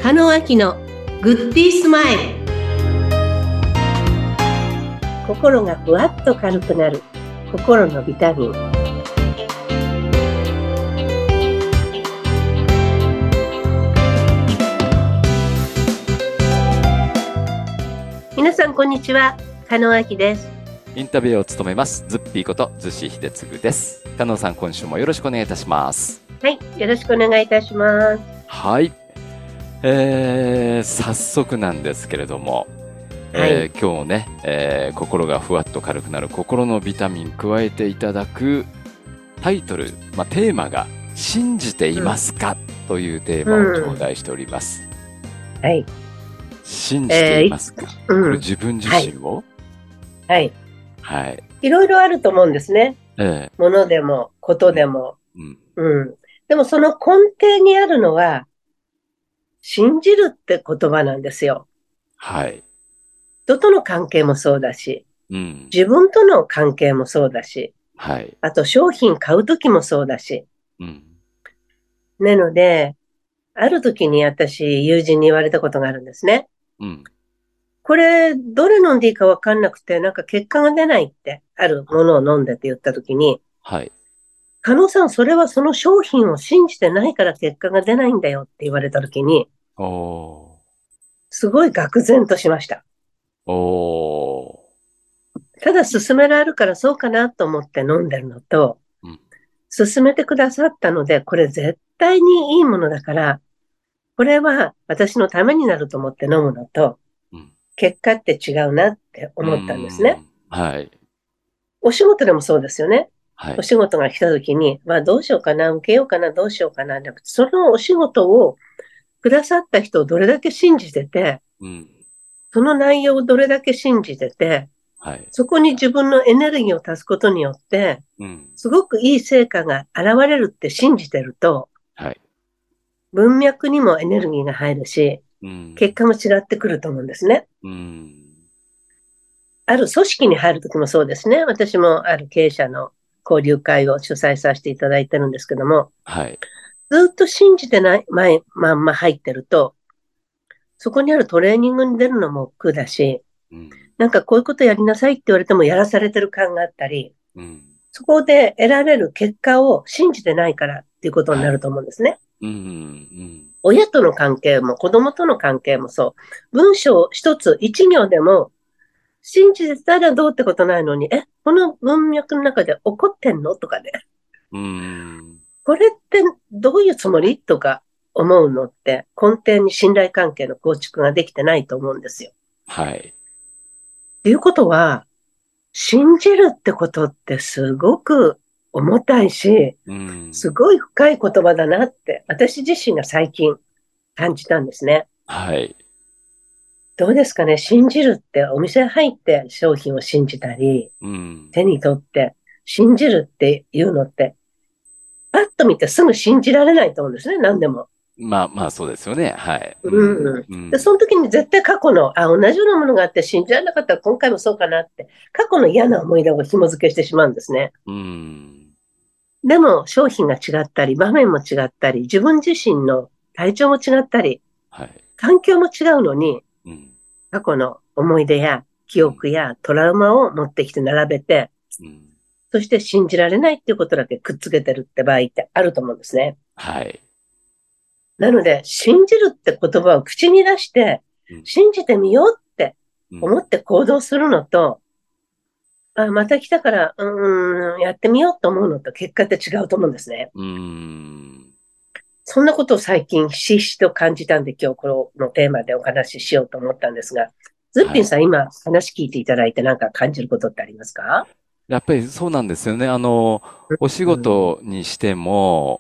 中野明のグッディースマイル。心がふわっと軽くなる心のビタミン。皆さんこんにちは、加納明です。 インタビューを務めますズッピーこと逗子秀次です。加納さん、今週もよろしくお願いいたします。 はい、よろしくお願いいたします。 はい、早速なんですけれども、今日ね、心がふわっと軽くなる心のビタミン加えていただくタイトル、テーマが信じていますか、というテーマを頂戴しております。 はい。 信じていますか、これ自分自身を、 はい。 はい。 いろいろあると思うんですね。ものでも、ことでも。でもその根底にあるのは、信じるって言葉なんですよ。 はい。 人との関係もそうだし、自分との関係もそうだし、 はい。 あと商品買うときもそうだし。なので、ある時に私、友人に言われたことがあるんですね。これ、どれ飲んでいいかわかんなくて、なんか結果が出ないって、あるものを飲んでって言った時に、 はい。 加納さん、それはその商品を信じてないから結果が出ないんだよって言われた時に、すごい愕然としました。ただ勧められるからそうかなと思って飲んでるのと、勧めてくださったので、これ絶対にいいものだから、これは私のためになると思って飲むのと、結果って違うなって思ったんですね。 はい。 お仕事でもそうですよね。 はい。 お仕事が来た時に、どうしようかな、受けようかな、どうしようかな、そのお仕事をくださった人をどれだけ信じてて、その内容をどれだけ信じてて、そこに自分のエネルギーを足すことによって、すごくいい成果が現れるって信じてると、文脈にもエネルギーが入るし、結果も違ってくると思うんですね。ある組織に入るときもそうですね。私もある経営者の交流会を主催させていただいてるんですけども、ずっと信じてないまんま入ってると、そこにあるトレーニングに出るのも億劫だし、なんかこういうことやりなさいって言われてもやらされてる感があったり、そこで得られる結果を信じてないからっていうことになると思うんですね。親との関係も子供との関係もそう。文章一つ、一行でも信じてたらどうってことないのに、この文脈の中で怒ってんのとかで。これってどういうつもりとか思うのって根底に信頼関係の構築ができてないと思うんですよ。 はい。 っていうことは、信じるってことってすごく重たいし、すごい深い言葉だなって私自身が最近感じたんですね。 はい。 どうですかね。信じるってお店入って商品を信じたり、手に取って信じるっていうのって、パッと見てすぐ信じられないと思うんですね。何でも。 そうですよね。はい。 で、その時に絶対過去の、同じようなものがあって信じられなかったら今回もそうかなって、過去の嫌な思い出を紐付けしてしまうんですね。でも商品が違ったり、場面も違ったり、自分自身の体調も違ったり、環境も違うのに、過去の思い出や記憶やトラウマを持ってきて並べて、そして信じられないっていうことだけくっつけてるって場合ってあると思うんですね。 はい。 なので、信じるって言葉を口に出して、信じてみようって思って行動するのと、また来たから、やってみようと思うのと結果って違うと思うんですね。そんなことを最近ひしひしと感じたんで、今日このテーマでお話ししようと思ったんですが、ズッピンさん、今話聞いていただいて何か感じることってありますか？ やっぱりそうなんですよね。お仕事にしても、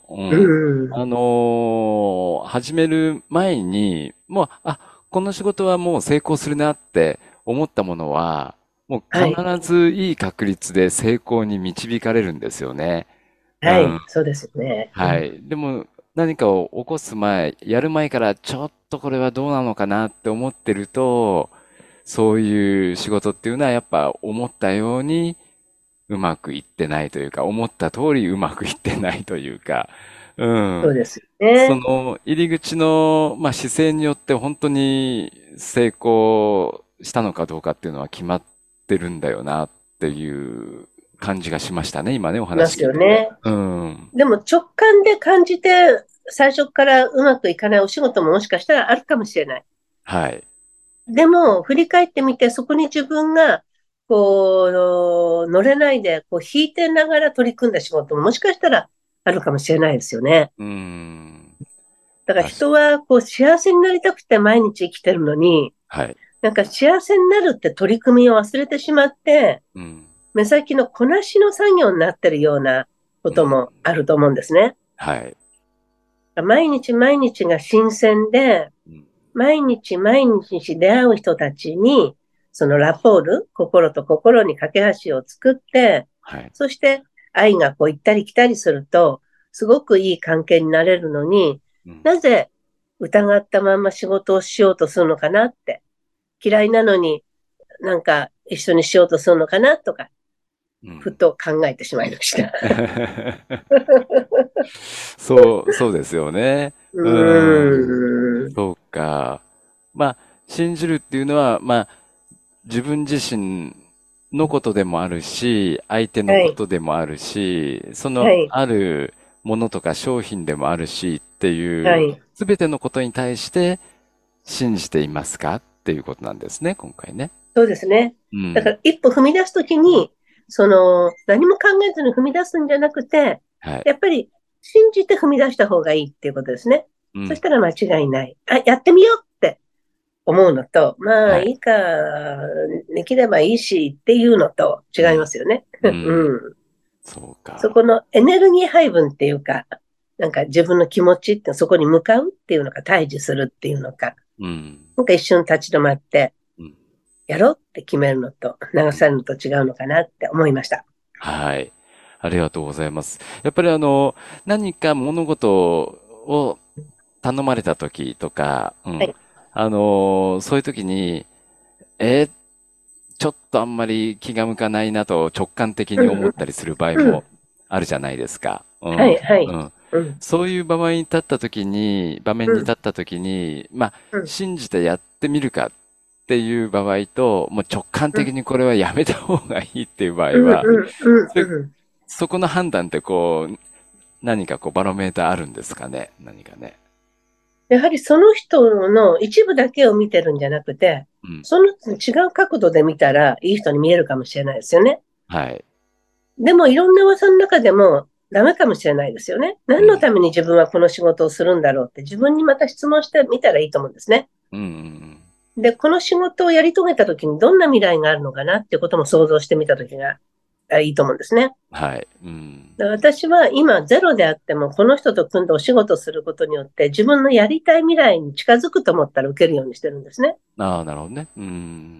始める前に、もう、この仕事はもう成功するなって思ったものは、もう必ずいい確率で成功に導かれるんですよね。 そうですよね。 はい。でも、何かを起こす前、やる前からちょっとこれはどうなのかなって思ってると、そういう仕事っていうのはやっぱ思ったようにうまくいってないというか、思った通りうまくいってないというか、 うん。 そうですね。 その入り口の、まあ、姿勢によって本当に成功したのかどうかっていうのは決まってるんだよなっていう感じがしましたね。今ね、お話ます聞いてて。 よね。 うん。 でも直感で感じて、最初からうまくいかないお仕事ももしかしたらあるかもしれない。 はい。 でも、振り返ってみて、そこに自分が、乗れないで、引いてながら取り組んだ仕事ももしかしたらあるかもしれないですよね。 うん。 だから確人は、幸せになりたくて毎日生きてるのに、 はい。 なんか幸せになるって取り組みを忘れてしまって、 うん。 目先のこなしの作業になってるようなこうん。 ともあると思うんですね。 はい。 毎日毎日が新鮮で、 うん。 毎日毎日出会う人たちに、そのラポール、心と心に架け橋を作って、 はい。 そして愛が行ったり来たりすると、すごくいい関係になれるのに、 うん。 なぜ疑ったまんま仕事をしようとするのかなって、嫌いなのになんか一緒にしようとするのかなとか、 うん。 ふと考えてしまいました。 そうですよね。 ううん。 ーん。 そうか。まあ、信じるっていうのは、まあ、自分自身のことでもあるし、相手のはい。 ことでもあるし、そのはい。 あるものとか商品でもあるしっていう、 はい。 すべてのことに対して信じていますかっていうことなんですね、今回ね。 そうですね。 うん。 だから一歩踏み出すときに、何も考えずに踏み出すんじゃなくて、 はい。 やっぱり信じて踏み出した方がいいっていうことですね。 うん。 そしたら間違いない。あ、やってみようって思うのと、まあはい。 いいか、できればいいしっていうのと違いまうん。 すよね。 うん。 うん。 そうか。 そこのエネルギー配分っていうか、なんか自分の気持ちってそこに向かうっていうのか、対峙するっていうのか、 うん。 なんか一瞬立ち止まって、 うん。 やろうって決めるのと流うん。 されるのと違うのかなって思いました。 はい。ありがとうございます。やっぱり何か物事を頼まれた時とか、うん。 はい。 そういう時に、ーちょっとあんまり気が向かないなと直感的に思っうんたりする場合うん。うもん。 あるじゃないですか。うん。 はい、はい。 うん。 うん。 そういう場面にうん。 立った時に、まあ、 うん。 信じてやってみるかっていう場合と、もう直感うん。 的にこれはやめた方がいいっていう場うん。 合は、 うん。うん。 それうん。 そこの判断って何かバロメーターあるんですかね、何かね。 やはりその人の一部だけを見てるんじゃなくて、 うん。 その違う角度で見たらいい人に見えるかもしれないですよね。 はい。 でもいろんな噂の中でもダメかもしれないですよね。何のうん。 ために自分はこの仕事をするんだろうって自分にまた質問してみたらいいと思うんですね。 うん。うん。 で、この仕事をやり遂げた時にどんな未来があるのかなっていうことも想像してみた時がいいと思うんですね。 はい。うん。 だから私は今ゼロであってもこの人と組んでお仕事することによって自分のやりたい未来に近づくと思ったら受けるようにしてるんですね。 ああ、なるほどね。うん。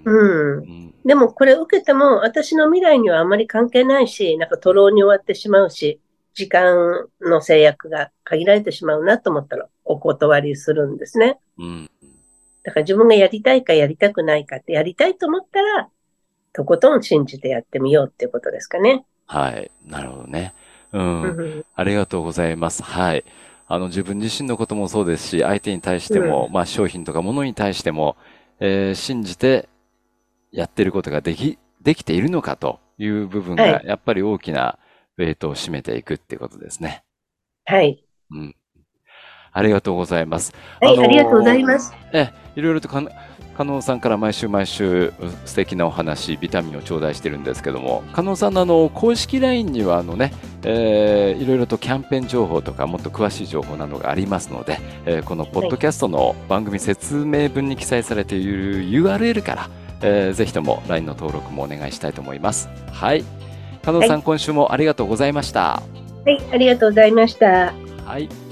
うん。 うん。 でもこれ受けても私の未来にはあまり関係ないし、なんか徒労に終わってしまうし、時間の制約が限られてしまうなと思ったらお断りするんですね。 うん。 だから自分がやりたいかやりたくないかってやりたいと思ったらとことん信じてやってみようっていうことですかね。 はい。なるほどね。うん。 うん、 ありがとうございます。はい。自分自身のこともそうですし、相手に対しても、 うん、 まあ、商品とか物に対しても、信じてやってることができているのかという部分が、 はい、 やっぱり大きなウェイトを占めていくっていうことですね。 はい。 うん。ありがとうございます。 はい、ありがとうございます。 いろいろと加納さんから毎週毎週素敵なお話、ビタミンを頂戴してるんですけども、加納さんの公式 LINE にはいろいろとキャンペーン情報とかもっと詳しい情報などがありますので、このポッはい、 ドキャストの番組説明文に記載されている URL から、ぜひとも LINE の登録もお願いしたいと思います。はい。加納はい、 さん、今週もありがとうございました。 はい、ありがとうございました。 はい。